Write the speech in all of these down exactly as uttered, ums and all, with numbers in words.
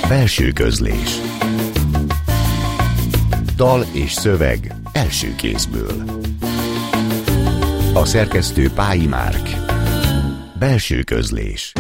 Belső közlés. Dal és szöveg első kézből. A szerkesztő Pályi Márk. Belső közlés.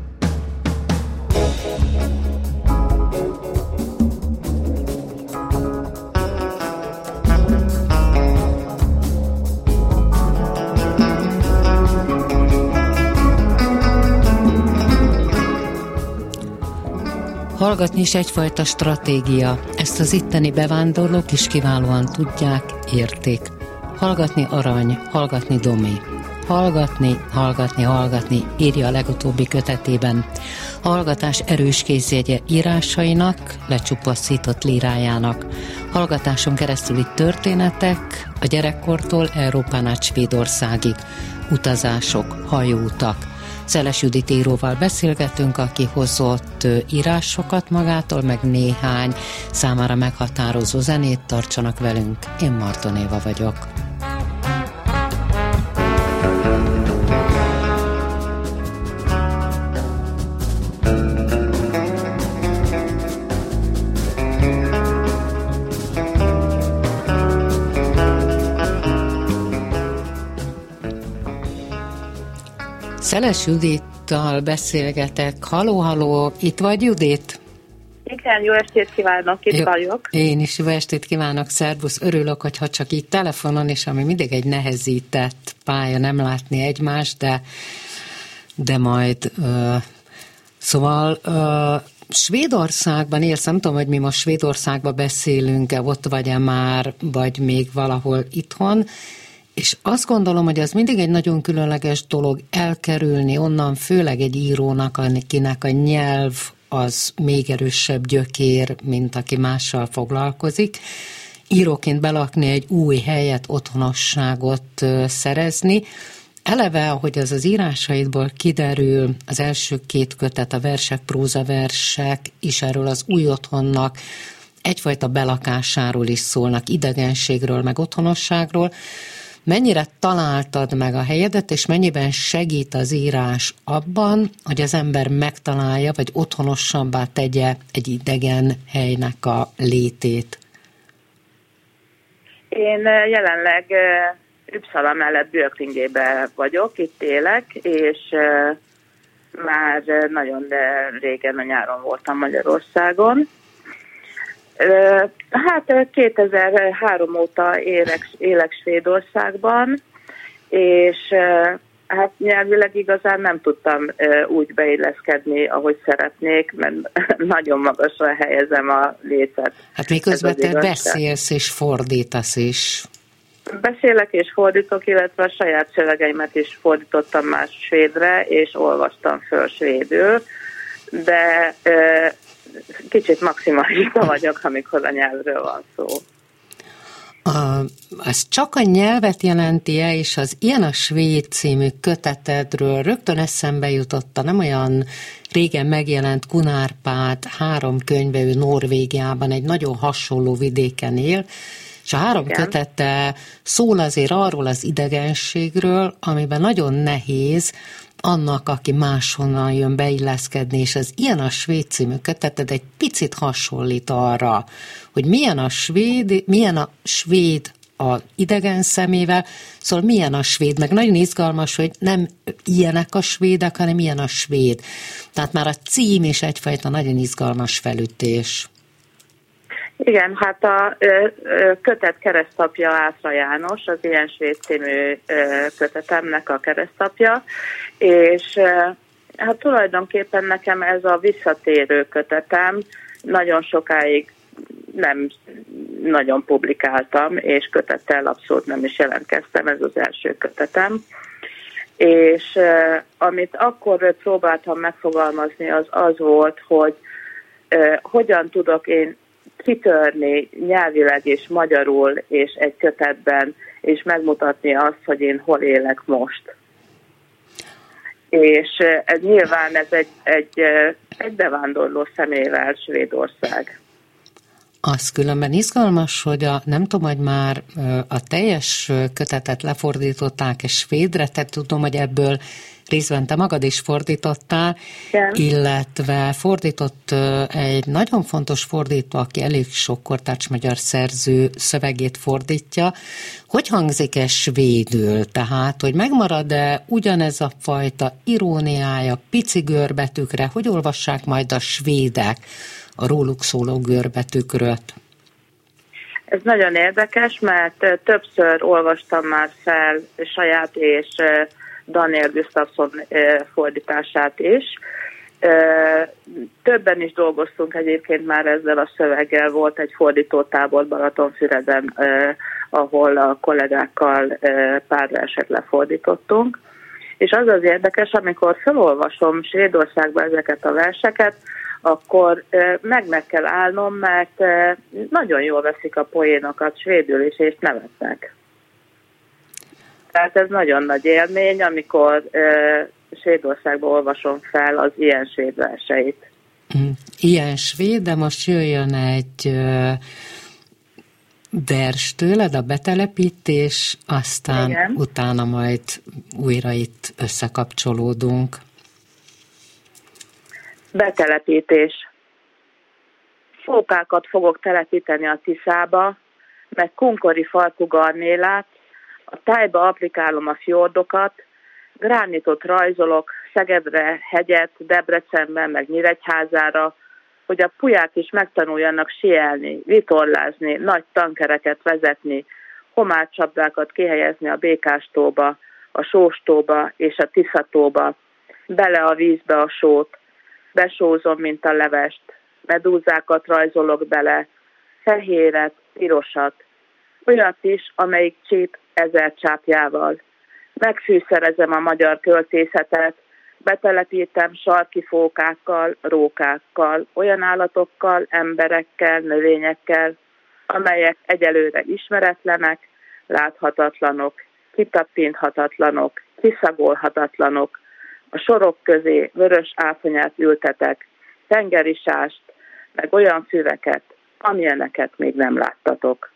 Hallgatni is egyfajta stratégia. Ezt az itteni bevándorlók is kiválóan tudják, érték. Hallgatni arany, hallgatni domi. Hallgatni, hallgatni, hallgatni, írja a legutóbbi kötetében. A hallgatás erős kézjegye írásainak, lecsupaszított lírájának. Hallgatáson keresztül itt történetek, a gyerekkortól Európán át Svédországig. Utazások, hajóutak. Szeles Judit íróval beszélgetünk, aki hozott írásokat magától, meg néhány számára meghatározó zenét. Tartsanak velünk, én Marton Éva vagyok. Szeles Judittal beszélgetek. Haló, haló, itt vagy, Judit? Igen, jó estét kívánok, itt jó, vagyok. Én is jó estét kívánok, szervusz. Örülök, hogyha csak így telefonon, és ami mindig egy nehezített pálya, nem látni egymást, de, de majd... Uh, szóval... Uh, Svédországban élsz, nem tudom, hogy mi most Svédországban beszélünk-e, ott vagy-e már, vagy még valahol itthon, és azt gondolom, hogy az mindig egy nagyon különleges dolog elkerülni onnan, főleg egy írónak, akinek a nyelv az még erősebb gyökér, mint aki mással foglalkozik. Íróként belakni egy új helyet, otthonosságot szerezni. Eleve, ahogy az az írásaidból kiderül, az első két kötet, a versek, prózaversek is erről az új otthonnak egyfajta belakásáról is szólnak, idegenségről, meg otthonosságról. Mennyire találtad meg a helyedet, és mennyiben segít az írás abban, hogy az ember megtalálja, vagy otthonosabbá tegye egy idegen helynek a létét? Én jelenleg Uppsala mellett Björklingében vagyok, itt élek, és már nagyon régen a nyáron voltam Magyarországon. Hát kétezer-három óta élek, élek Svédországban, és hát nyelvileg igazán nem tudtam úgy beilleszkedni, ahogy szeretnék, mert nagyon magasra helyezem a lécet. Hát miközben te beszélsz és fordítasz is. Beszélek és fordítok, illetve a saját szövegeimet is fordítottam más svédre, és olvastam föl svédül, de e, kicsit maximalista vagyok, amikor a nyelvről van szó. A, az csak a nyelvet jelenti-e, és az Ilyen a svéd című kötetedről rögtön eszembe jutott, nem olyan régen megjelent Kunárpát három könyve, ő Norvégiában egy nagyon hasonló vidéken él, és a három Igen. kötete szól azért arról az idegenségről, amiben nagyon nehéz annak, aki máshonnan jön beilleszkedni, és az Ilyen a svéd című köteted egy picit hasonlít arra, hogy milyen a svéd, milyen a svéd a idegen szemével, szóval milyen a svéd, meg nagyon izgalmas, hogy nem ilyenek a svédek, hanem milyen a svéd. Tehát már a cím is egyfajta nagyon izgalmas felütés. Igen, hát a ö, ö, kötet keresztapja Ászra János, az Ilyen svéd című ö, kötetemnek a keresztapja, és ö, hát tulajdonképpen nekem ez a visszatérő kötetem, nagyon sokáig nem nagyon publikáltam, és kötettel abszolút nem is jelentkeztem, ez az első kötetem, és ö, amit akkor próbáltam megfogalmazni, az az volt, hogy ö, hogyan tudok én kitörni nyelvileg és magyarul és egy kötetben, és megmutatni azt, hogy én hol élek most. És ez nyilván ez egy, egy, egy bevándorló személyvel Svédország. Az különben izgalmas, hogy a, nem tudom, hogy már a teljes kötetet lefordították-e svédre, tehát tudom, hogy ebből részben te magad is fordítottál, igen. Illetve fordított egy nagyon fontos fordító, aki elég sok kortárs magyar szerző szövegét fordítja. Hogy hangzik ez svédül? Tehát, hogy megmarad-e ugyanez a fajta iróniája pici görbetűkre? Hogy olvassák majd a svédek a róluk szóló görbetűkröt? Ez nagyon érdekes, mert többször olvastam már fel saját és Daniel Gustafsson fordítását is. Többen is dolgoztunk egyébként már ezzel a szöveggel, volt egy fordítótábor Balatonfüreden, ahol a kollégákkal pár verset lefordítottunk. És az az érdekes, amikor felolvasom Svédországban ezeket a verseket, akkor meg meg kell állnom, mert nagyon jól veszik a poénokat svédül is, és nevetnek. Tehát ez nagyon nagy élmény, amikor Svédországban olvasom fel az ilyen svéd verseit. Ilyen svéd, de most jöjjön egy vers tőled, a betelepítés, aztán igen. Utána majd újra itt összekapcsolódunk. Betelepítés. Fókákat fogok telepíteni a Tiszába, meg kunkori farkú garnélát, a tájba applikálom a fjordokat, gránitot rajzolok Szegedre, hegyet, Debrecenben, meg Nyíregyházára, hogy a pulyák is megtanuljanak sielni, vitorlázni, nagy tankereket vezetni, homálcsapdákat kihelyezni a Békástóba, a Sóstóba és a Tiszatóba, bele a vízbe a sót, besózom, mint a levest, medúzákat rajzolok bele, fehéret, pirosat, olyat is, amelyik csíp ezer csápjával. Megfűszerezem a magyar költészetet, betelepítem sarki fókákkal, rókákkal, olyan állatokkal, emberekkel, növényekkel, amelyek egyelőre ismeretlenek, láthatatlanok, kitapinthatatlanok, kiszagolhatatlanok, a sorok közé vörös áfonyát ültetek, tengerisást, meg olyan füveket, amilyeneket még nem láttatok.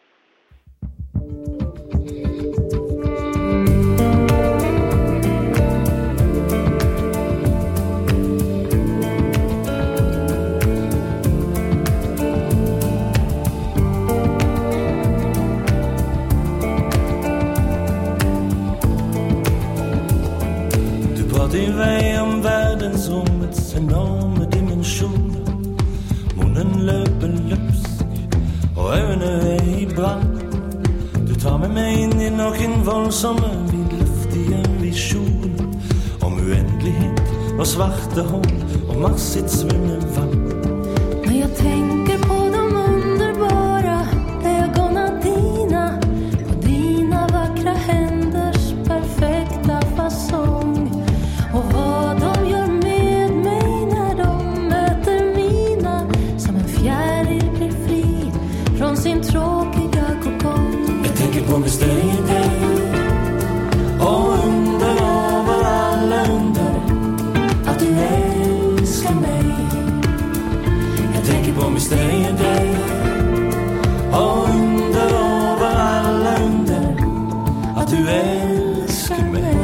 Din väg om världsrummets enorma dimensioner. Munnen löper löpsk och ögonen är i brand. Du tar med mig in i någon våldsam vidluftiga vision om oändlighet och svarta hål och massigt svimmelvatten. När jag tänker på de underbara ögonen dina och dina vackra händers perfekta fasong. Och vad de gör med mig när de möter mina, som en fjäril blir fri från sin tråkiga kokong. Jag tänker på mig större dig och under över alla under att du älskar mig. Jag tänker på mig större dig och under över alla under att du älskar mig.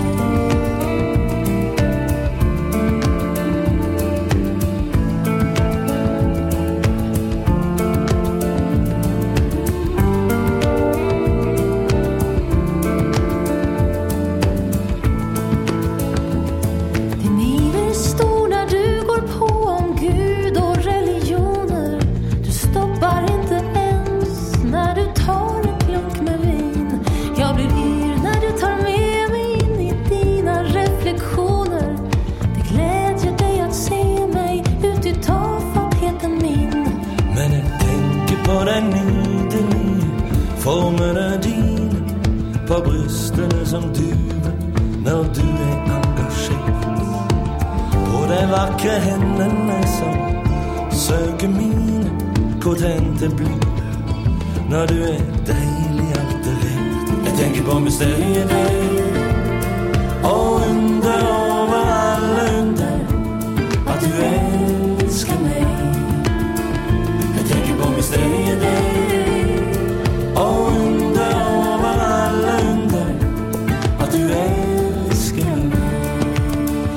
Formerna dina på brösten som duver när du är engagerad. På de vackra händerna som söker mina potenta blir när du är dejlig allt är rätt. Jag tänker på mig större dig och under över alla under att du älskar mig. Jag tänker på mig större dig och under över alla under att du älskar mig.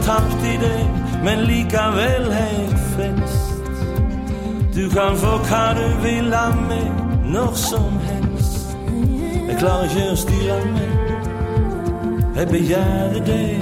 förtappt i det, men lika väl helt fest. Du kan få hva du vil av meg, når som helst. Jeg klarer ikke å styre meg, jeg begjærer det.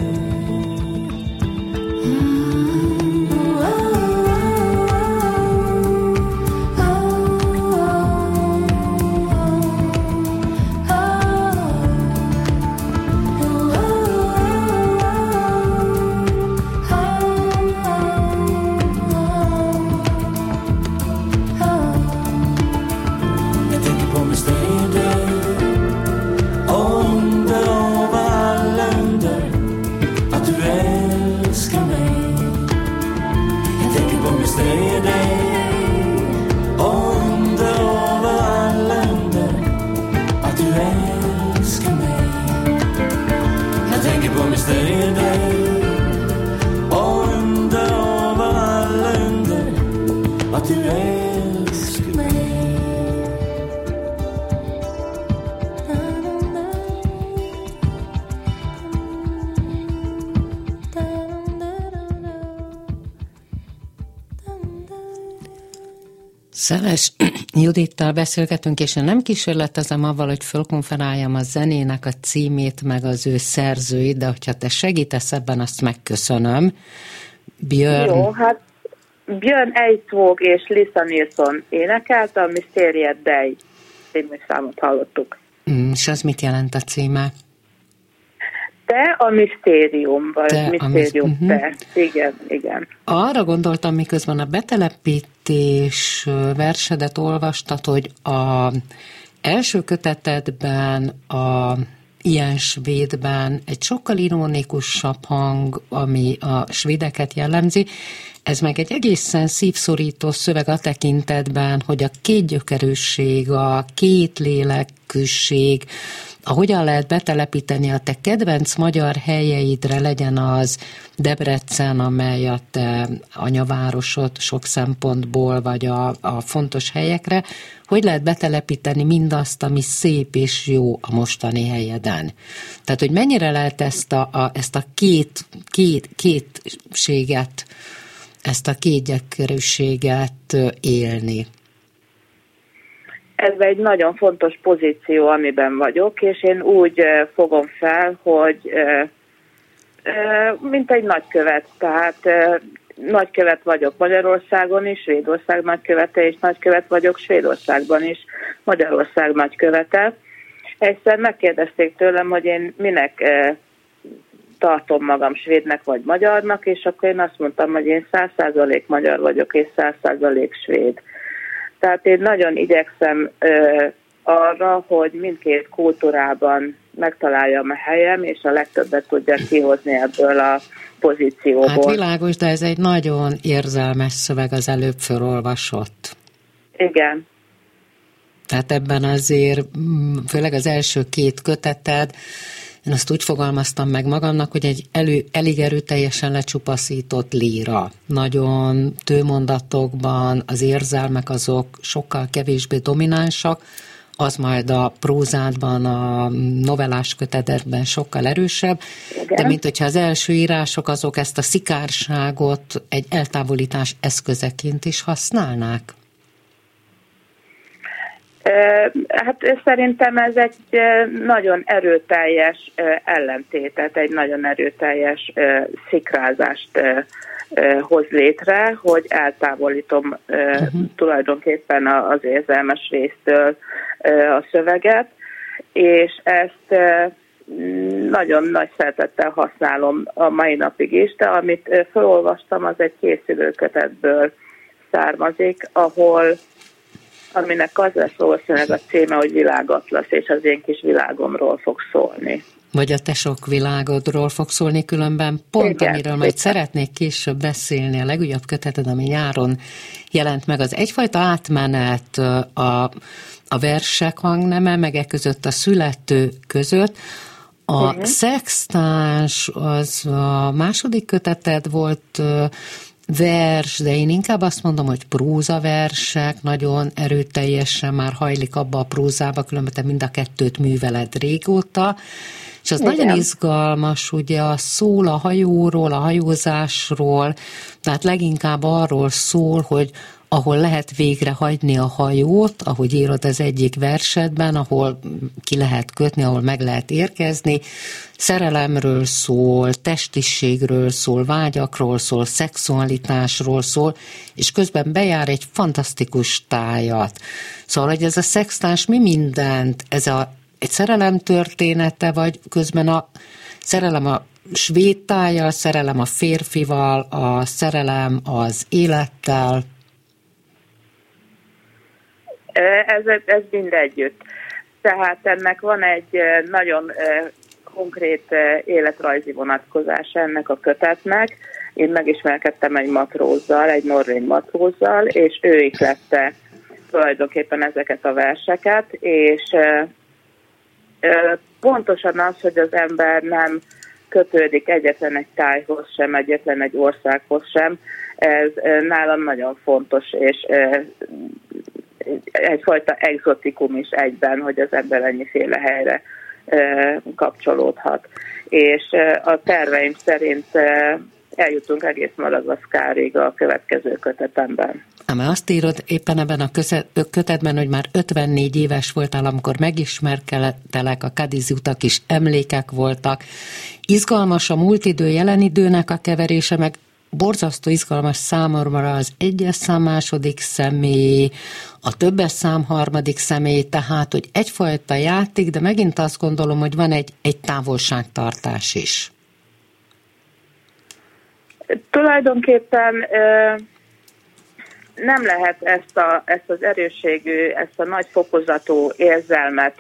Szeles Judittal beszélgetünk, és én nem kísérletezem avval, hogy fölkonferáljam a zenének a címét, meg az ő szerzőit, de hogyha te segítesz ebben, azt megköszönöm. Björn... Jó, hát Björn Eidsvåg és Lisa Nilsson énekelte, a Mysteriet Dei című számot hallottuk. Mm, és az mit jelent a címe? Te a misztérium, vagy te misztérium, a te. Uh-huh. Igen, igen. Arra gondoltam, miközben a betelepítés versedet olvastad, hogy a első kötetedben, a Ilyen svédben egy sokkal ironikusabb hang, ami a svédeket jellemzi, ez meg egy egészen szívszorító szöveg a tekintetben, hogy a kétgyökerűség, a két lélekkűség, ahogyan lehet betelepíteni a te kedvenc magyar helyeidre, legyen az Debrecen, amely a te anyavárosod sok szempontból, vagy a, a fontos helyekre, hogy lehet betelepíteni mindazt, ami szép és jó a mostani helyeden. Tehát, hogy mennyire lehet ezt a, a, ezt a két, két, kétséget, ezt a kétgyökerűséget élni. Ez egy nagyon fontos pozíció, amiben vagyok, és én úgy fogom fel, hogy mint egy nagykövet, tehát nagykövet vagyok Magyarországon is, Svédország nagykövete, és nagykövet vagyok Svédországban is, Magyarország nagykövete. Egyszer megkérdezték tőlem, hogy én minek tartom magam svédnek vagy magyarnak, és akkor én azt mondtam, hogy én száz százalék magyar vagyok, és száz százalék svéd. Tehát én nagyon igyekszem ö, arra, hogy mindkét kultúrában megtaláljam a helyem, és a legtöbbet tudjak kihozni ebből a pozícióból. Hát világos, de ez egy nagyon érzelmes szöveg, az előbb felolvasott. Igen. Tehát ebben azért, főleg az első két köteted, én azt úgy fogalmaztam meg magamnak, hogy egy elő, elég erőteljesen lecsupaszított líra. Nagyon tőmondatokban az érzelmek azok sokkal kevésbé dominánsak, az majd a prózádban, a novellás kötetedben sokkal erősebb, igen. De mint hogyha az első írások azok ezt a szikárságot egy eltávolítás eszközeként is használnák. Hát szerintem ez egy nagyon erőteljes ellentétet, egy nagyon erőteljes szikrázást hoz létre, hogy eltávolítom uh-huh. tulajdonképpen az érzelmes résztől a szöveget, és ezt nagyon nagy szeretettel használom a mai napig is, de amit felolvastam, az egy készülő kötetből származik, ahol aminek az lesz valószínűleg a címe, hogy Világatlasz, és az én kis világomról fog szólni. Vagy a te sok világodról fog szólni, különben pont, igen, amiről majd igen. szeretnék később beszélni, a legújabb köteted, ami nyáron jelent meg, az egyfajta átmenet a, a versek hangneme, meg e között a születő között. A uh-huh. szextáns az a második köteted volt, vers, de én inkább azt mondom, hogy prózaversek, nagyon erőteljesen már hajlik abba a prózába, különben te mind a kettőt műveled régóta, És az Igen. nagyon izgalmas, ugye a szól a hajóról, a hajózásról, tehát leginkább arról szól, hogy ahol lehet végre hagyni a hajót, ahogy írod az egyik versedben, ahol ki lehet kötni, ahol meg lehet érkezni, szerelemről szól, testiségről szól, vágyakról szól, szexualitásról szól, és közben bejár egy fantasztikus tájat. Szóval, hogy ez a szextáns mi mindent, ez a, egy szerelem története, vagy közben a szerelem a svéd tájjal, szerelem a férfival, a szerelem az élettel. Ez, ez mind együtt. Tehát ennek van egy nagyon konkrét életrajzi vonatkozása ennek a kötetnek. Én megismerkedtem egy matrózzal, egy norvég matrózzal, és ő ihlette tulajdonképpen ezeket a verseket, és pontosan az, hogy az ember nem kötődik egyetlen egy tájhoz sem, egyetlen egy országhoz sem, ez nálam nagyon fontos, és egyfajta egzotikum is egyben, hogy az ember ennyiféle helyre kapcsolódhat. És a terveim szerint eljutunk egész Madagaszkárig a következő kötetemben. Ám azt írod éppen ebben a kötetben, hogy már ötvennégy éves voltál, amikor megismerkedtelek, a Kadiz utak is emlékek voltak. Izgalmas a múlt idő jelen időnek a keverése, meg borzasztó izgalmas számomra az egyes szám második személy, a többes szám harmadik személy, tehát, hogy egyfajta játék, de megint azt gondolom, hogy van egy, egy távolságtartás is. Tulajdonképpen nem lehet ezt, a, ezt az erősségű, ezt a nagy fokozatú érzelmet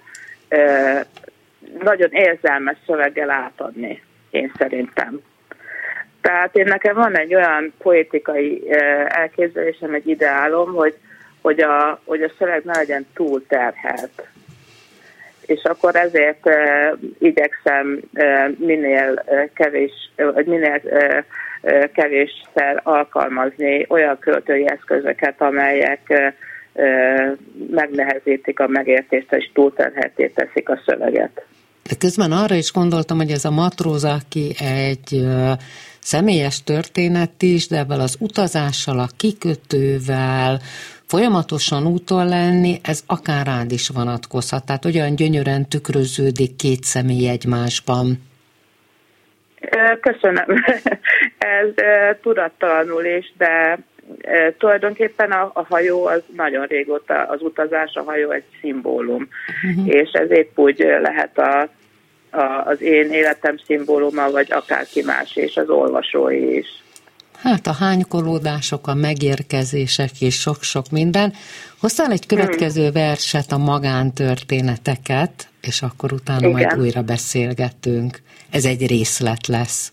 nagyon érzelmes szöveggel átadni, én szerintem. Tehát én nekem van egy olyan poétikai elképzelésem, egy ideálom, hogy, hogy, a, hogy a szöveg ne legyen túl terhelt. És akkor ezért uh, igyekszem uh, minél uh, kevés, vagy minél uh, uh, kevésszer alkalmazni olyan költői eszközöket, amelyek uh, uh, megnehezítik a megértést, és túlterhelté teszik a szöveget. De közben arra is gondoltam, hogy ez a matróz, aki egy uh, személyes történet is, de ebben az utazással, a kikötővel, folyamatosan úton lenni, ez akár rád is vonatkozhat. Tehát olyan gyönyörűen tükröződik két személy egymásban. Köszönöm. Ez tudattalanul is, de tulajdonképpen a, a hajó az nagyon régóta, az utazás, a hajó egy szimbólum. Uh-huh. És ez épp úgy lehet a, a, az én életem szimbóluma, vagy akárki más, és az olvasói is. Hát a hánykolódások, a megérkezések és sok-sok minden. Hoztál egy következő hmm. verset, a magántörténeteket, és akkor utána Igen. majd újra beszélgetünk. Ez egy részlet lesz.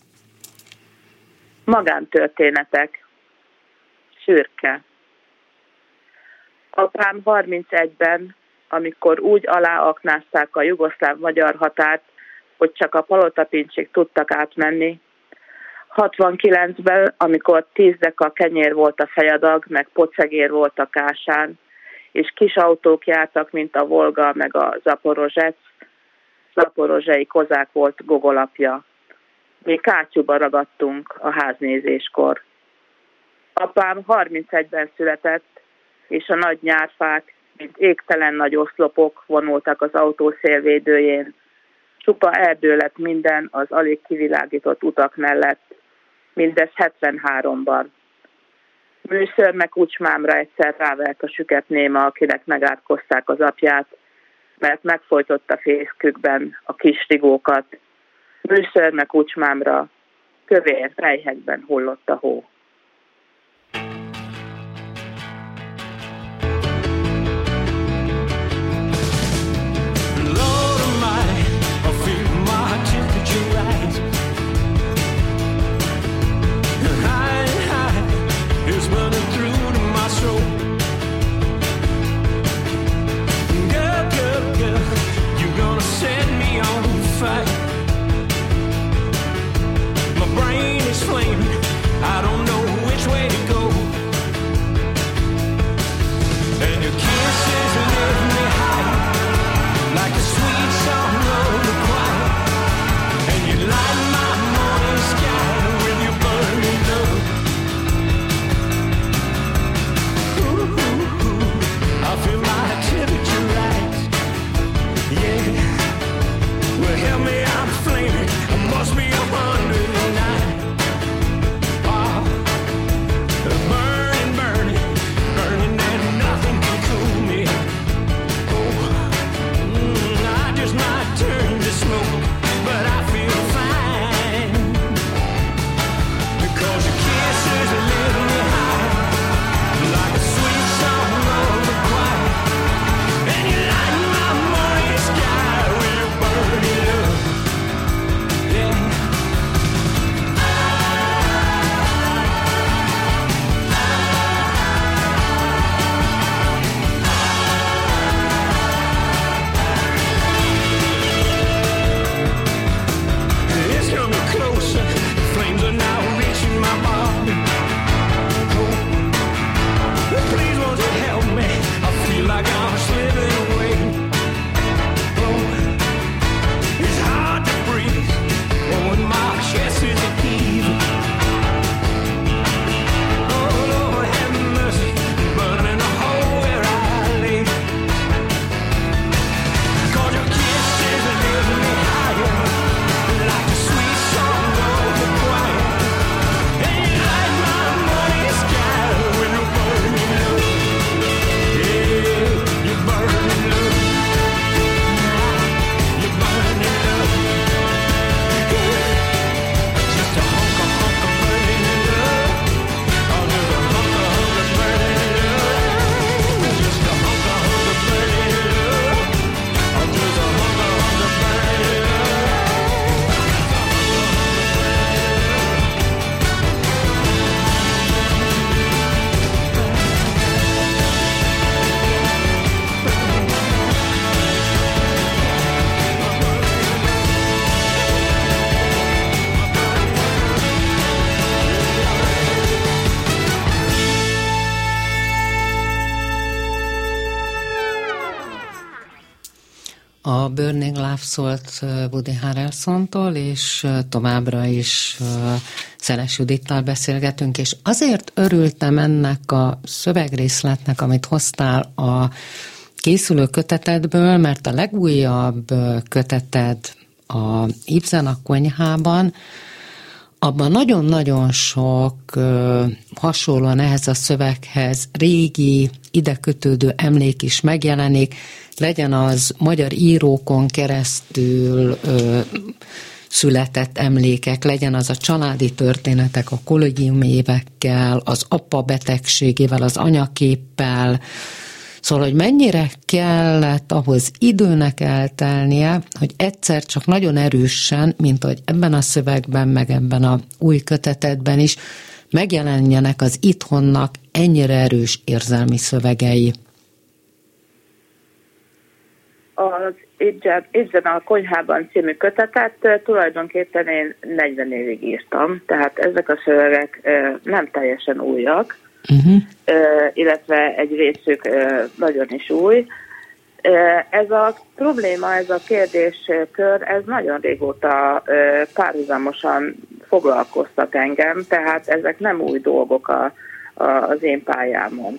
Magántörténetek. Szürke. Apám harmincegyben, amikor úgy aláaknázták a jugoszláv-magyar határt, hogy csak a Palotapincsig tudtak átmenni, hatvankilencben, amikor tíz deka kenyér volt a fejadag, meg pocegér volt a kásán, és kis autók jártak, mint a Volga, meg a Zaporozsec, zaporozsei kozák volt gogolapja. Mi kátyúba ragadtunk a háznézéskor. Apám harmincegyben született, és a nagy nyárfák, mint égtelen nagy oszlopok vonultak az autó szélvédőjén. Csupa erdő lett minden az alig kivilágított utak mellett, mindez hetvenháromban. Műszörme kucsmámra egyszer rávert a süket néma, akinek megátkozták az apját, mert megfojtotta fészkükben a kis rigókat. Műszörme kucsmámra kövér rejhekben hullott a hó. I don't know A Burning Love szólt Woody Harrelsontól, és továbbra is Szeles Judittal beszélgetünk, és azért örültem ennek a szövegrészletnek, amit hoztál a készülő kötetedből, mert a legújabb köteted a Ibsen a konyhában, abban nagyon-nagyon sok uh, hasonlóan ehhez a szöveghez régi, ide kötődő emlék is megjelenik, legyen az magyar írókon keresztül uh, született emlékek, legyen az a családi történetek a kollégium évekkel, az apa betegségével, az anyaképpel. Szóval, hogy mennyire kellett ahhoz időnek eltelnie, hogy egyszer csak nagyon erősen, mint hogy ebben a szövegben, meg ebben a új kötetedben is, megjelenjenek az itthonnak ennyire erős érzelmi szövegei. Az Ibsen a konyhában című kötetet tulajdonképpen én negyven évig írtam, tehát ezek a szövegek nem teljesen újak, Uh-huh. illetve egy részük nagyon is új. Ez a probléma, ez a kérdéskör, ez nagyon régóta párhuzamosan foglalkoztat engem, tehát ezek nem új dolgok a, a, az én pályámon.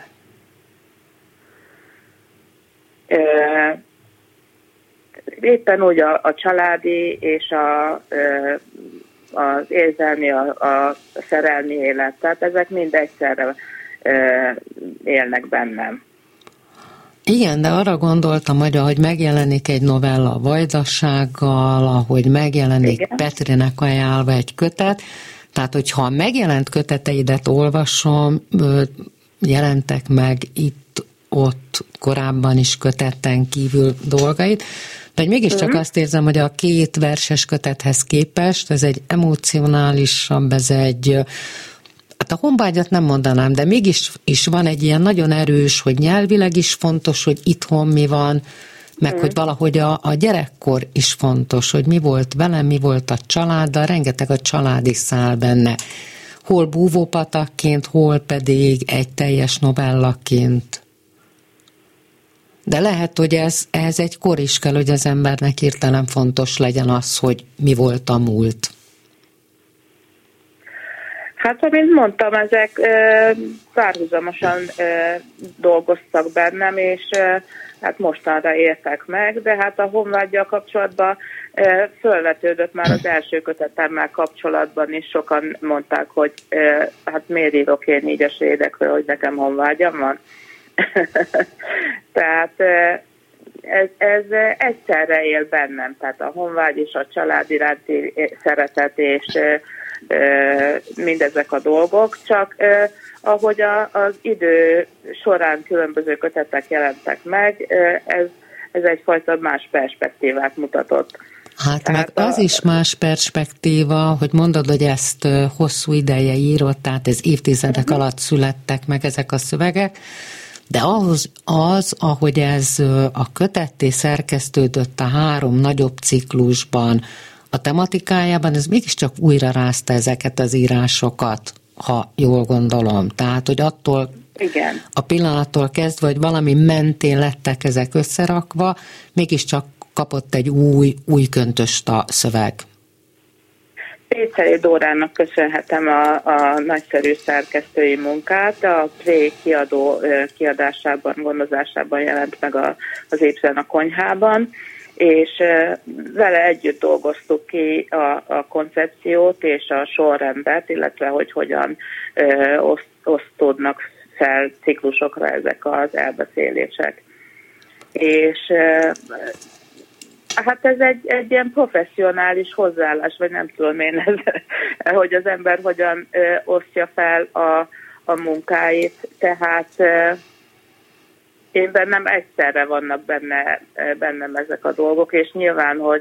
Éppen úgy a, a családi és a, az érzelmi, a, a szerelmi élet, tehát ezek mind egyszerre élnek bennem. Igen, de arra gondoltam, hogy ahogy megjelenik egy novella a Vajdasággal, ahogy megjelenik Igen. Petrinek ajánlva egy kötet, tehát hogyha a megjelent köteteidet olvasom, jelentek meg itt-ott korábban is kötetten kívül dolgait, de hogy mégiscsak uh-huh. azt érzem, hogy a két verses kötethez képest ez egy emocionálisabb, ez egy, hát a honvágyat nem mondanám, de mégis is van egy ilyen nagyon erős, hogy nyelvileg is fontos, hogy itthon mi van, meg uh-huh. hogy valahogy a, a gyerekkor is fontos, hogy mi volt velem, mi volt a családdal, rengeteg a családi szál benne. Hol búvópatakként, hol pedig egy teljes novellaként. De lehet, hogy ez, ez egy kor is kell, hogy az embernek hirtelen fontos legyen az, hogy mi volt a múlt. Hát, amint mondtam, ezek e, párhuzamosan e, dolgoztak bennem, és e, hát mostanra értek meg, de hát a honvágyjal kapcsolatban e, fölvetődött már az első kötetemmel kapcsolatban is, sokan mondták, hogy e, hát miért írok én így a svédekről, hogy nekem honvágyam van. Tehát ez, ez egyszerre él bennem, tehát a honvágy és a család iránti szeretet és mindezek a dolgok, csak ahogy a, az idő során különböző kötetek jelentek meg, ez, ez egyfajta más perspektívát mutatott. Hát tehát meg az a... is más perspektíva, hogy mondod, hogy ezt hosszú ideje írott, tehát ez évtizedek uh-huh. alatt születtek meg ezek a szövegek, de ahhoz az, ahogy ez a kötetté szerkesztődött a három nagyobb ciklusban, a tematikájában, ez mégiscsak újra rázta ezeket az írásokat, ha jól gondolom. Tehát, hogy attól Igen. a pillanattól kezdve, hogy valami mentén lettek ezek összerakva, mégiscsak kapott egy új, új köntöst a szöveg. Péceli Dórának köszönhetem a, a nagyszerű szerkesztői munkát. A Pré kiadó kiadásában, gondozásában jelent meg a, az Ibsen a konyhában, és vele együtt dolgoztuk ki a, a koncepciót és a sorrendet, illetve hogy hogyan ö, oszt, osztódnak fel ciklusokra ezek az elbeszélések. És ö, hát ez egy, egy ilyen professzionális hozzáállás, vagy nem tudom én, ez, hogy az ember hogyan ö, osztja fel a, a munkáit, tehát ö, én bennem egyszerre vannak benne, bennem ezek a dolgok, és nyilván, hogy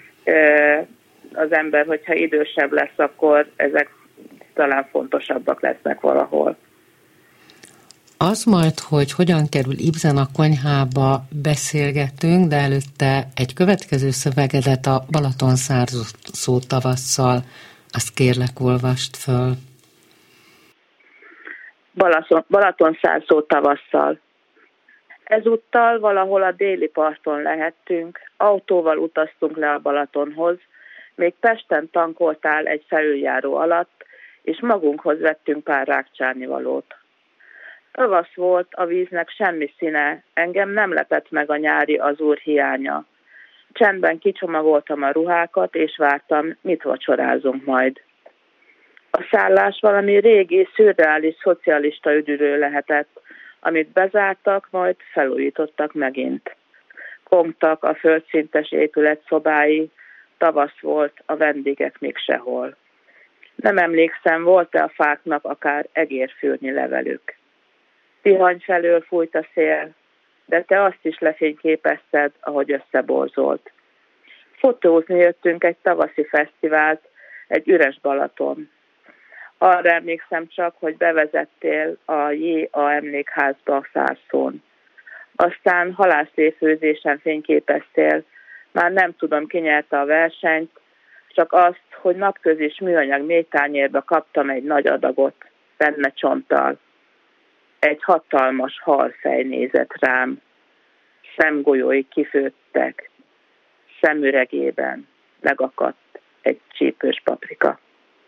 az ember, hogyha idősebb lesz, akkor ezek talán fontosabbak lesznek valahol. Az majd, hogy hogyan kerül Ibsen a konyhába beszélgetünk, de előtte egy következő szövegedet a Balaton szárzó tavasszal, azt kérlek, olvast föl. Balaton, Balaton szárzó tavasszal. Ezúttal valahol a déli parton lehettünk, autóval utaztunk le a Balatonhoz, még Pesten tankoltál egy felüljáró alatt, és magunkhoz vettünk pár rákcsálnivalót. Tavasz volt, a víznek semmi színe, engem nem lepett meg a nyári azúr hiánya. Csendben kicsomagoltam a ruhákat, és vártam, mit vacsorázunk majd. A szállás valami régi, szürreális szocialista üdülő lehetett, amit bezártak, majd felújítottak megint. Kongtak a földszintes épület szobái, tavasz volt, a vendégek még sehol. Nem emlékszem, volt-e a fáknak akár egérfürnyi levelük. Tihany felől fújt a szél, de te azt is lefényképezted, ahogy összeborzolt. Fotózni jöttünk egy tavaszi fesztivált, egy üres Balaton. Arra emlékszem csak, hogy bevezettél a jé á emlékházba a Szárszón. Aztán halászléfőzésen fényképeztél, már nem tudom, ki nyerte a versenyt, csak azt, hogy napközis műanyag mélytányérba kaptam egy nagy adagot, benne csonttal. Egy hatalmas halfej nézett rám, szemgolyói kifőttek, szemüregében megakadt egy csípős paprika.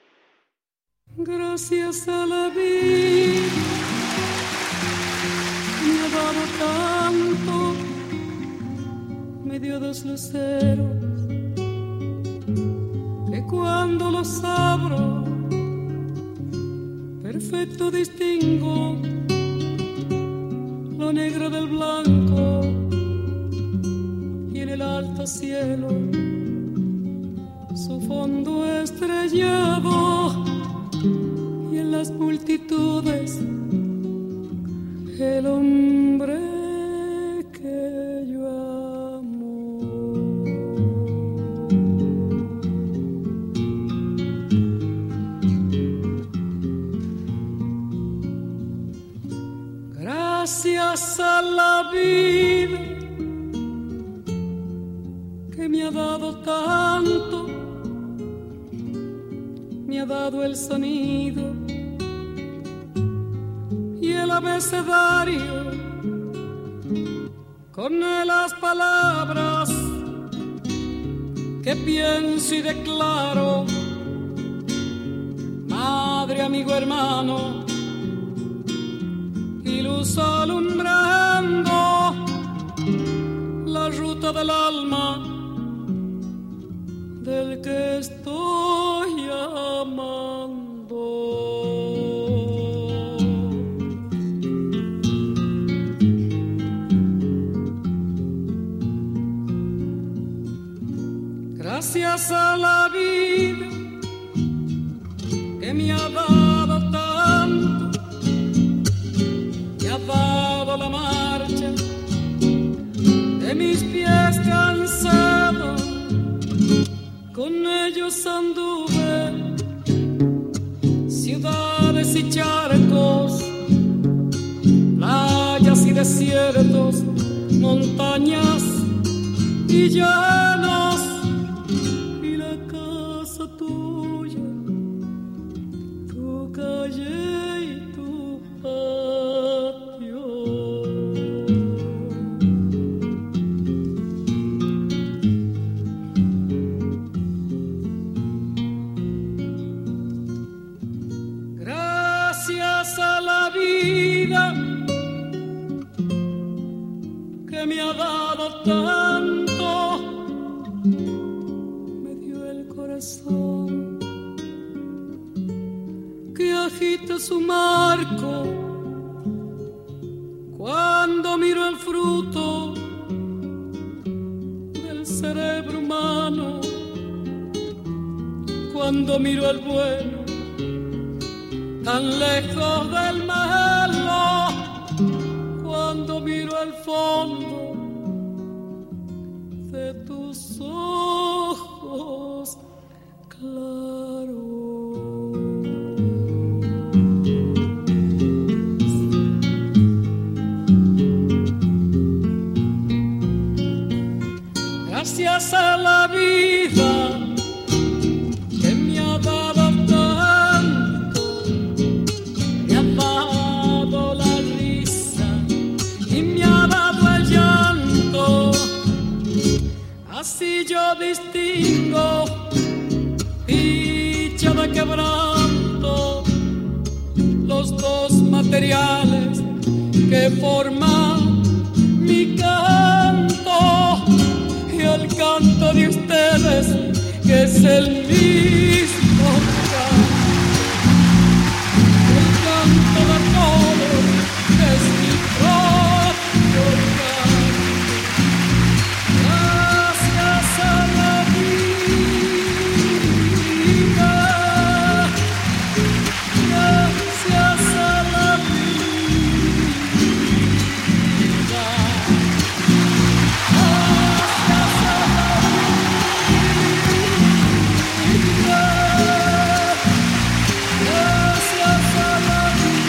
Gracias a la vida me ha dado tanto, me dio dos luceros que cuando los abro perfecto distingo lo negro del blanco y en el alto cielo su fondo estrellado y en las multitudes el hombre que yo amo. Gracias a la vida que me ha dado tanto, me ha dado el sonido y el abecedario con las palabras que pienso y declaro. Madre, amigo, hermano, y luz alumbrando la ruta del alma del que estoy amando. Gracias a la vida que me ha dado tanto, me ha dado la marcha de mis pies cansados. Con ellos anduve ciudades y charcos, playas y desiertos, montañas y llanos, y la casa tuya, tu calle y tu patio. A la vida que me ha dado tanto, me dio el corazón que agita su marco cuando miro el fruto del cerebro humano, cuando miro el bueno tan lejos del malo, cuando miro al fondo de tus ojos claros. Gracias a la vida que me ha dado la risa y me ha dado materiales que forman mi canto y el canto de ustedes que es el mismo canto, el canto de todos que es mi propio canto. Gracias a la vida, gracias a la vida, gracias a la vida, gracias a la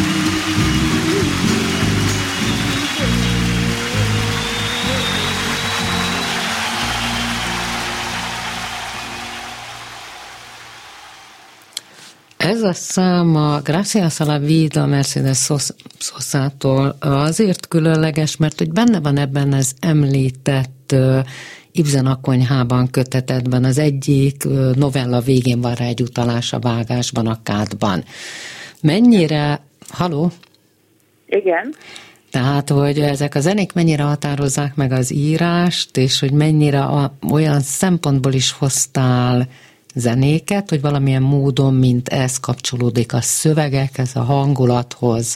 Ez a szám a Gracias a la Vida Mercedes Sosa-tól azért különleges, mert hogy benne van ebben az említett uh, Ibsen a konyhában kötetetben, az egyik uh, novella végén van rá egy utalás a vágásban, a kádban. Mennyire... Haló? Igen. Tehát, hogy ezek a zenék mennyire határozzák meg az írást, és hogy mennyire a, olyan szempontból is hoztál zenéket, hogy valamilyen módon, mint ez kapcsolódik a szövegekhez, a hangulathoz.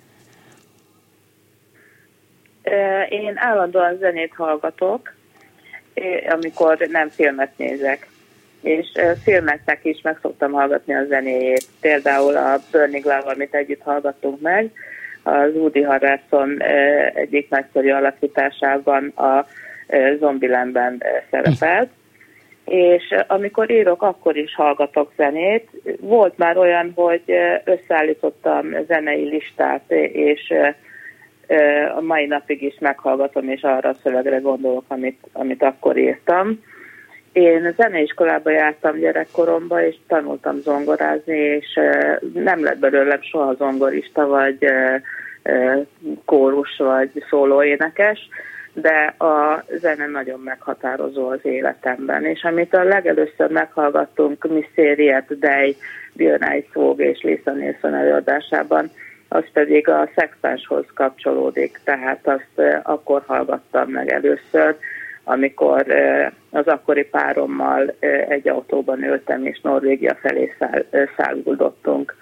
Én állandóan zenét hallgatok, amikor nem filmet nézek. És filmeknek is meg szoktam hallgatni a zenéjét. Például a Burning Love, amit együtt hallgattunk meg, az Woody Harrelson egyik nagyszerű alakításában a Zombielandben szerepelt. És amikor írok, akkor is hallgatok zenét. Volt már olyan, hogy összeállítottam zenei listát, és a mai napig is meghallgatom, és arra a szövegre gondolok, amit, amit akkor írtam. Én zeneiskolába jártam gyerekkoromban, és tanultam zongorázni, és nem lett belőlem soha zongorista, vagy kórus, vagy szólóénekes, de a zene nagyon meghatározó az életemben. És amit a legelőször meghallgattunk Mysteriet Day, Bill Nighy és Lisa Nilsson előadásában, az pedig a szextánshoz kapcsolódik, tehát azt akkor hallgattam meg először, amikor az akkori párommal egy autóban ültem, és Norvégia felé száguldottunk.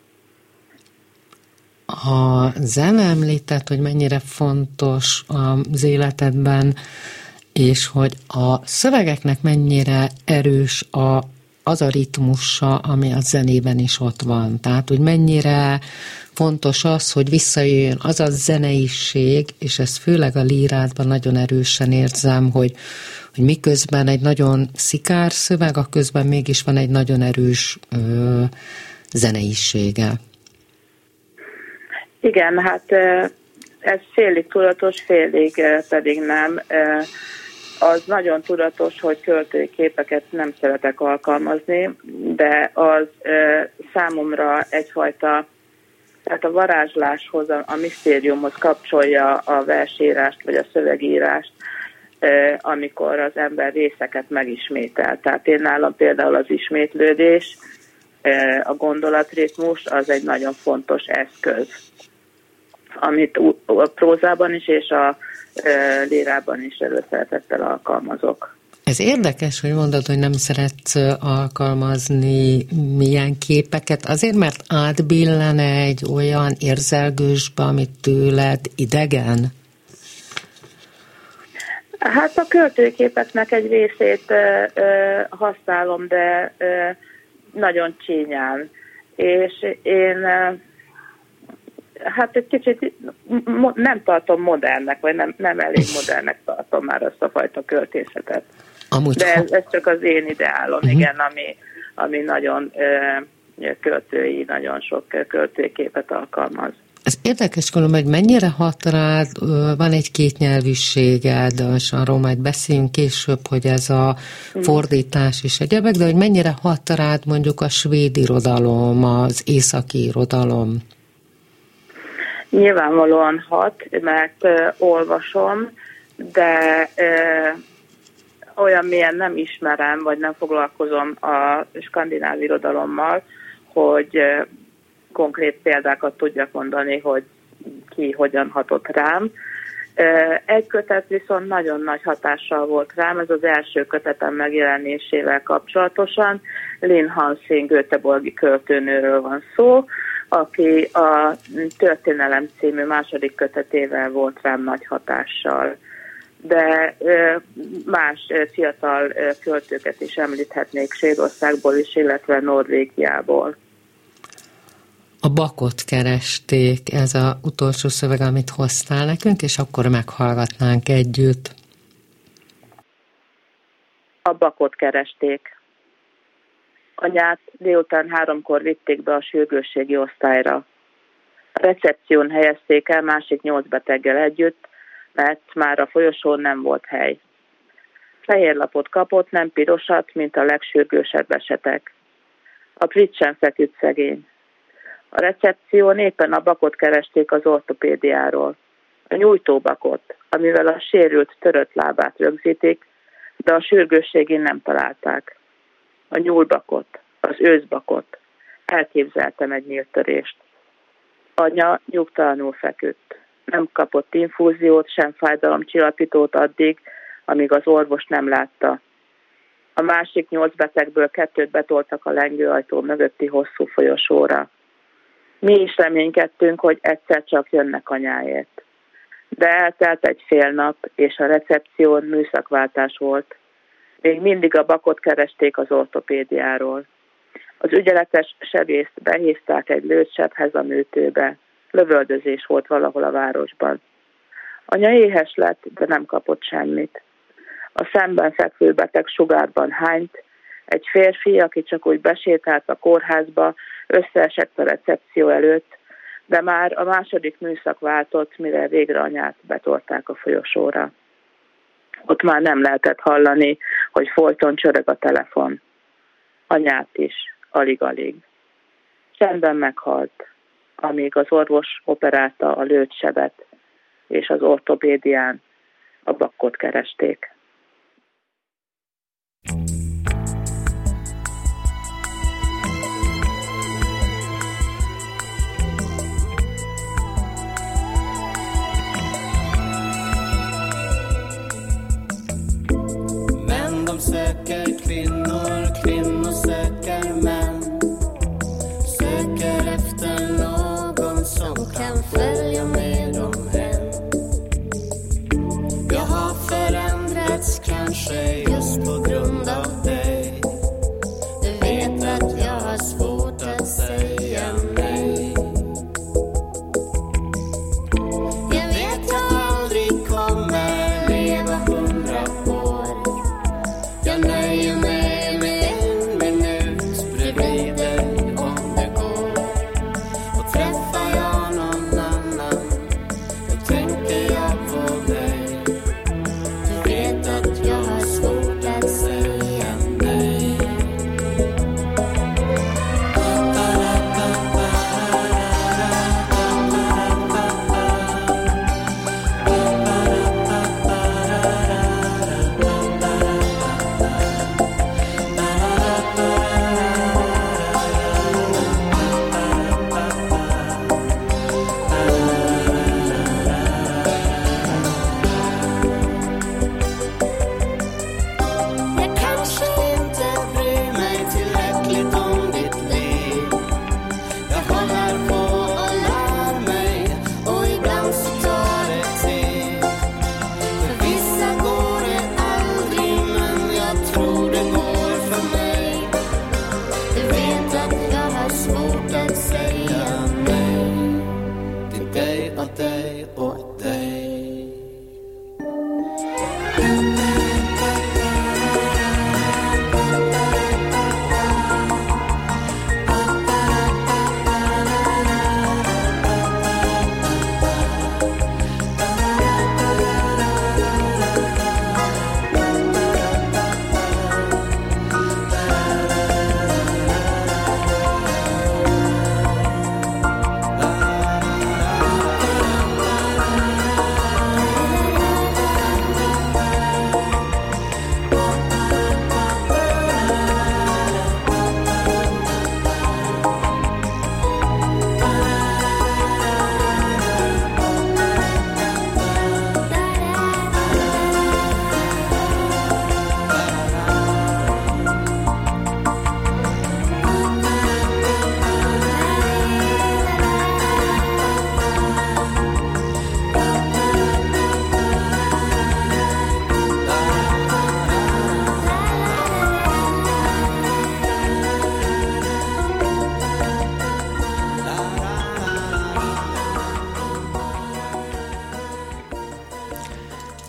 A zene említett, hogy mennyire fontos az életedben, és hogy a szövegeknek mennyire erős a, az a ritmusa, ami a zenében is ott van. Tehát, hogy mennyire fontos az, hogy visszajöjjön az a zeneiség, és ezt főleg a lírádban nagyon erősen érzem, hogy, hogy miközben egy nagyon szikár szöveg, a közben mégis van egy nagyon erős ö, zeneisége. Igen, hát ez félig tudatos, félig pedig nem. Az nagyon tudatos, hogy költői képeket nem szeretek alkalmazni, de az számomra egyfajta, tehát a varázsláshoz, a misztériumhoz kapcsolja a versírást vagy a szövegírást, amikor az ember részeket megismétel. Tehát én nálam például az ismétlődés, a gondolatritmus az egy nagyon fontos eszköz, amit a prózában is és a lírában is előszeretettel alkalmazok. Ez érdekes, hogy mondod, hogy nem szeretsz alkalmazni milyen képeket, azért, mert átbillen egy olyan érzelgősbe, amit tőled idegen? Hát a költőképeknek egy részét ö, ö, használom, de ö, nagyon csínyán. És én ö, hát egy kicsit mo- nem tartom modernnek, vagy nem, nem elég modernnek tartom már azt a fajta költészetet. Amúgy de ez, ez csak az én ideálom, uh-huh. igen, ami, ami nagyon ö, költői, nagyon sok költőképet alkalmaz. Ez érdekes különben, hogy mennyire hat rád, van egy kétnyelvűséged, és arról majd beszéljünk később, hogy ez a fordítás is egyebek, de hogy mennyire hat rád mondjuk a svéd irodalom, az északi irodalom? Nyilvánvalóan hat, mert uh, olvasom, de uh, olyan mélyen nem ismerem, vagy nem foglalkozom a skandináv irodalommal, hogy uh, konkrét példákat tudjak mondani, hogy ki hogyan hatott rám. Egy kötet viszont nagyon nagy hatással volt rám, ez az első kötetem megjelenésével kapcsolatosan. Lynn Hansing göteborgi költőnőről van szó, aki a Történelem című második kötetével volt rám nagy hatással. De más fiatal költőket is említhetnék Svédországból is, illetve Norvégiából. A Bakot keresték, ez az utolsó szöveg, amit hoztál nekünk, és akkor meghallgatnánk együtt. A Bakot keresték. Anyát délután háromkor vitték be a sürgősségi osztályra. A recepción helyezték el másik nyolc beteggel együtt, mert már a folyosón nem volt hely. Fehér lapot kapott, nem pirosat, mint a legsürgősebb esetek. A pricsen feküdt szegény. A recepción éppen a Bakot keresték az ortopédiáról. A nyújtóbakot, amivel a sérült, törött lábát rögzítik, de a sürgősségén nem találták. A nyúlbakot, az őszbakot. Elképzeltem egy nyílt törést. Anya nyugtalanul feküdt. Nem kapott infúziót, sem fájdalomcsillapítót addig, amíg az orvos nem látta. A másik nyolc betegből kettőt betoltak a lengőajtó mögötti hosszú folyosóra. Mi is reménykedtünk, hogy egyszer csak jönnek anyáért. De eltelt egy fél nap, és a recepción műszakváltás volt. Még mindig a Bakot keresték az ortopédiáról. Az ügyeletes sebészt behívták egy lőtsebhez a műtőbe. Lövöldözés volt valahol a városban. Anya éhes lett, de nem kapott semmit. A szemben fekvő beteg sugárban hányt. Egy férfi, aki csak úgy besétált a kórházba, összeesett a recepció előtt, de már a második műszak váltott, mire végre anyát betolták a folyosóra. Ott már nem lehetett hallani, hogy folyton csörög a telefon. Anyát is, alig-alig. Csendben meghalt, amíg az orvos operálta a lőtt sebet, és az ortopédián a Bakot keresték. Söker kvinnor, kvinnor söker män. Söker efter någon som kan följa med dem hem. Jag har förändrats kanske just på grund av dig. Du vet att jag har svårt att säga nej. Jag vet jag aldrig kommer leva hundra år. Jag nöjer mig med en minut bredvid dig om det går. Och träffar jag någon annan, då tänker jag på dig. Du vet att jag har svårt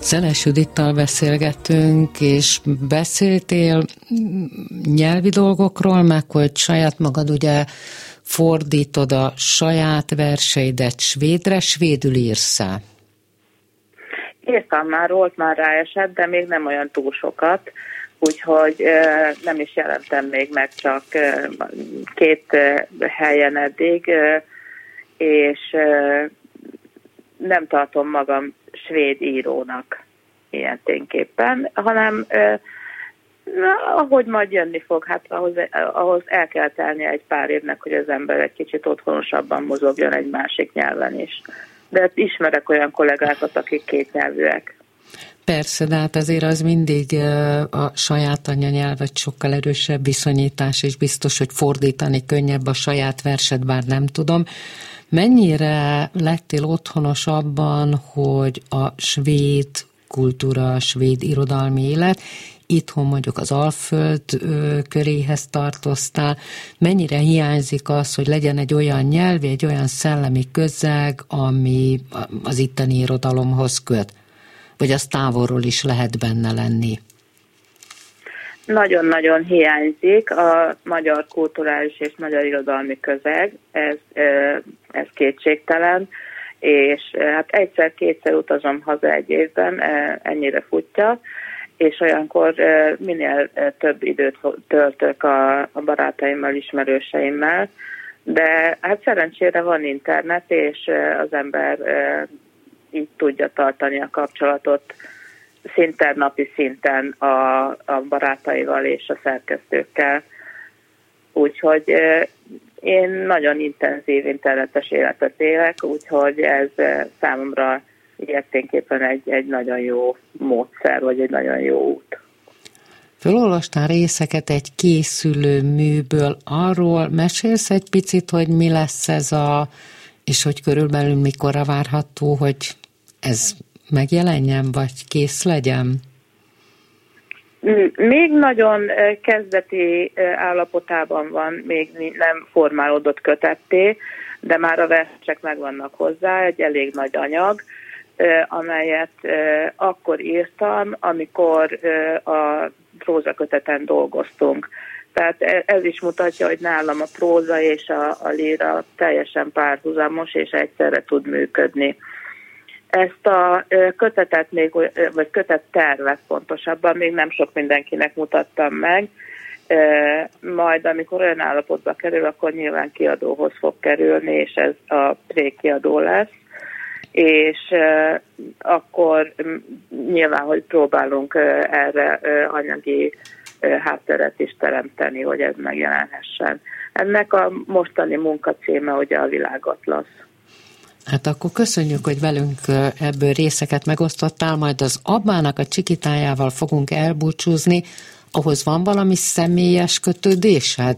Szeles Judittal beszélgettünk, és beszéltél nyelvi dolgokról, meg hogy saját magad ugye fordítod a saját verseidet svédre, svédül írsz-e? Írtam már, volt már rá eset, de még nem olyan túl sokat, úgyhogy nem is jelentem még meg, csak két helyen eddig, és nem tartom magam svéd írónak ilyen tényképpen, hanem na, ahogy majd jönni fog, hát ahhoz, ahhoz el kell telnie egy pár évnek, hogy az ember egy kicsit otthonosabban mozogjon egy másik nyelven is. De ismerek olyan kollégákat, akik kétnyelvűek. Persze, de hát azért az mindig a saját anyanyelvet sokkal erősebb viszonyítás, és biztos, hogy fordítani könnyebb a saját verset, bár nem tudom. Mennyire lettél otthonos abban, hogy a svéd kultúra, a svéd irodalmi élet, itthon mondjuk az Alföld köréhez tartoztál, mennyire hiányzik az, hogy legyen egy olyan nyelvi, egy olyan szellemi közeg, ami az itteni irodalomhoz köt? Vagy az távolról is lehet benne lenni? Nagyon-nagyon hiányzik a magyar kulturális és magyar irodalmi közeg, ez, ez kétségtelen, és hát egyszer-kétszer utazom haza egy évben, ennyire futja, és olyankor minél több időt töltök a, a barátaimmal, ismerőseimmel, de hát szerencsére van internet, és az ember így tudja tartani a kapcsolatot szinte napi szinten a, a barátaival és a szerkesztőkkel. Úgyhogy én nagyon intenzív internetes életet élek, úgyhogy ez számomra ilyeténképpen egy, egy nagyon jó módszer, vagy egy nagyon jó út. Fölolvastál részeket egy készülő műből, arról mesélsz egy picit, hogy mi lesz ez a, és hogy körülbelül mikorra várható, hogy ez megjelenjen, vagy kész legyen? Még nagyon kezdeti állapotában van, még nem formálódott kötetté, de már a versek megvannak hozzá, egy elég nagy anyag, amelyet akkor írtam, amikor a prózaköteten dolgoztunk. Tehát ez is mutatja, hogy nálam a próza és a, a líra teljesen párhuzamos, és egyszerre tud működni. Ezt a kötetet még, vagy kötettervet pontosabban még nem sok mindenkinek mutattam meg, majd amikor olyan állapotba kerül, akkor nyilván kiadóhoz fog kerülni, és ez a pré-kiadó lesz, és akkor nyilván, hogy próbálunk erre anyagi hátteret is teremteni, hogy ez megjelenhessen. Ennek a mostani munkacíme ugye a Világatlasz. Hát akkor köszönjük, hogy velünk ebből részeket megosztottál, majd az Abbának a Csikitájával fogunk elbúcsúzni. Ahhoz van valami személyes kötődésed?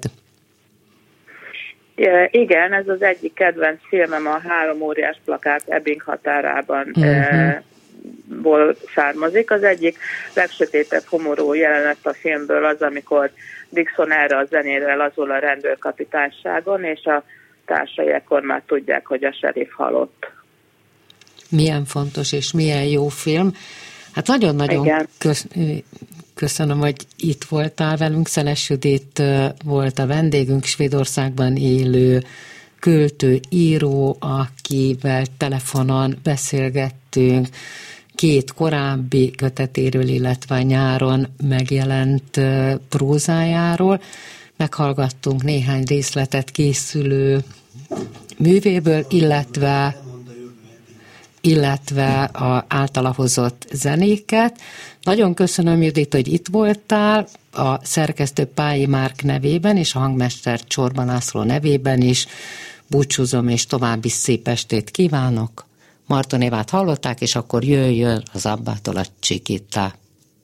Igen, ez az egyik kedvenc filmem, a Három óriás plakát Ebbing határában uh-huh. ból származik. Az egyik legsötétebb homorú jelenet a filmből az, amikor Dixon erre a zenére lazul a rendőrkapitányságon, és a társai ekkor már tudják, hogy a sheriff halott. Milyen fontos és milyen jó film. Hát nagyon-nagyon kösz, köszönöm, hogy itt voltál velünk. Szeles Judit volt a vendégünk, Svédországban élő költő, író, akivel telefonon beszélgettünk két korábbi kötetéről, illetve nyáron megjelent prózájáról. Meghallgattunk néhány részletet készülő művéből, illetve, illetve a általa hozott zenéket. Nagyon köszönöm, Judit, hogy itt voltál, a szerkesztő Pályi Márk nevében és a hangmester Csorba László nevében is. Búcsúzom, és további szép estét kívánok. Marton Évát hallották, és akkor jöjjön az Abbától a Csikita.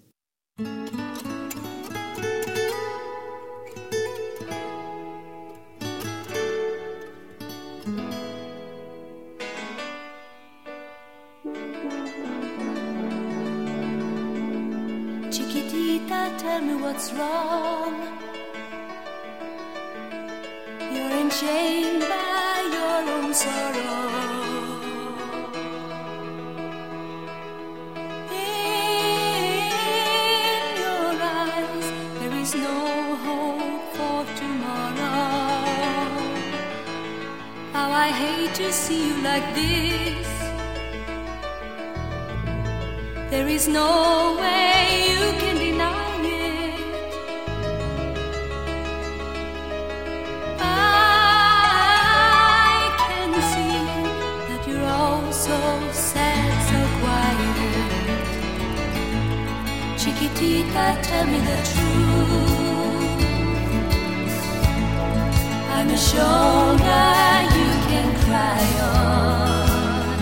Tell me what's wrong. You're enchained by your own sorrow. how I hate to see you like this. There is no way you can deny it. I can see that you're all so sad, so quiet. Chiquitita, tell me the truth. I'm a shoulder you can cry on.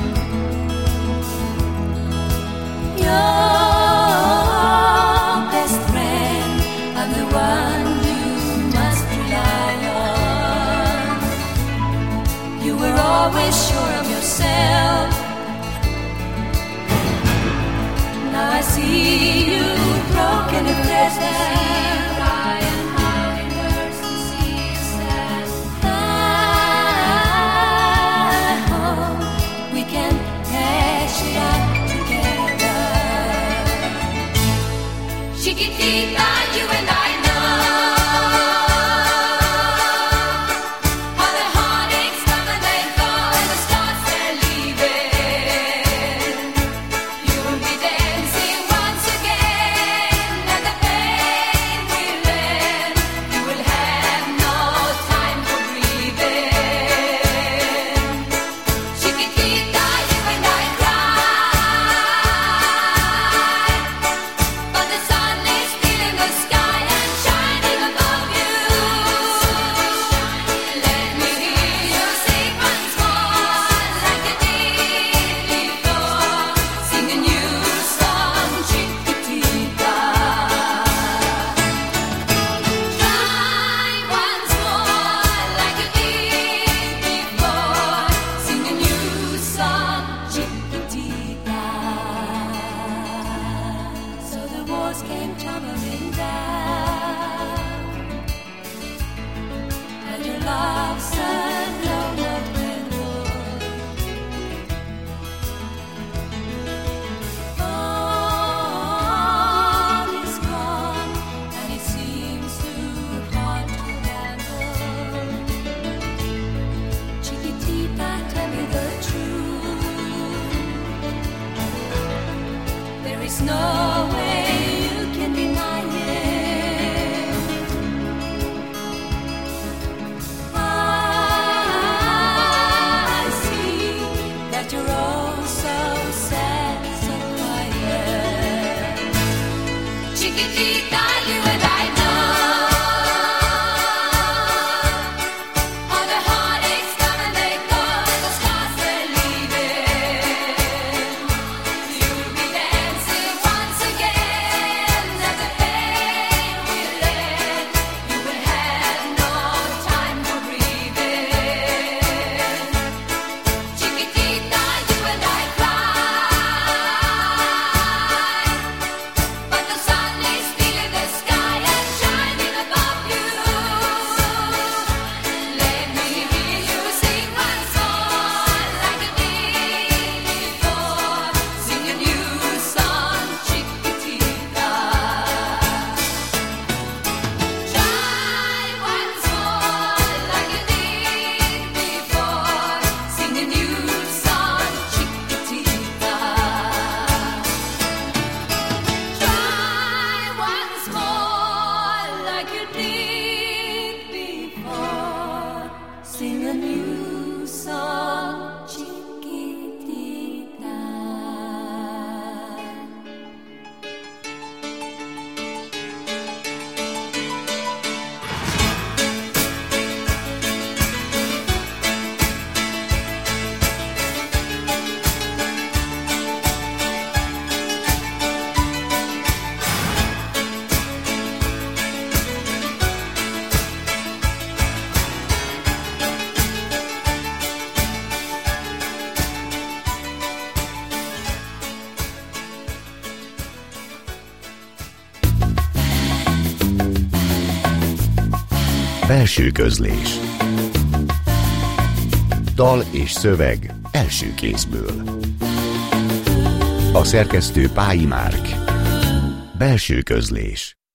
Your best friend, I'm the one you must rely on. You were always sure of yourself. Now I see you broken and there's cry and how it hurts to see you sad. I hope we can hash it out together. Chiquitita, you and I know how the heartaches come and they go and the stars they're leaving. You will be dancing once again and the pain will end. You will have no time for breathing. Chiquitita, you and I cry, but the sun is still in the sky and shining above you. Let me hear you sing once more like you did before. Sing a new song, Chiquitita. Try once more like you did before. Sing a new song, Chiquitita. So the walls came tumbling down, and your love said no more redwood. All is gone, and it seems too hard to handle. Chiquitita, tell me the truth. There is no way you can deny it. I see that you're all so sad, so quiet. Chiquitita, you and I know how the heartaches come and they go and the stars they're leaving. You'll be dancing once again and the pain will end. You will have no time for breathing. Chiquitita, you and I cry, but the sun is still in the sky and shining above you. Let me hear you sing once more like you did before. Sing a new song, Chiquitita. Try once more like you did before. Sing a new song, Chiquitita. Try once more like you did before. Sing a new song, Chiquitita. Belső közlés. Dal és szöveg első kézből. A szerkesztő Pályi Márk. Belső közlés.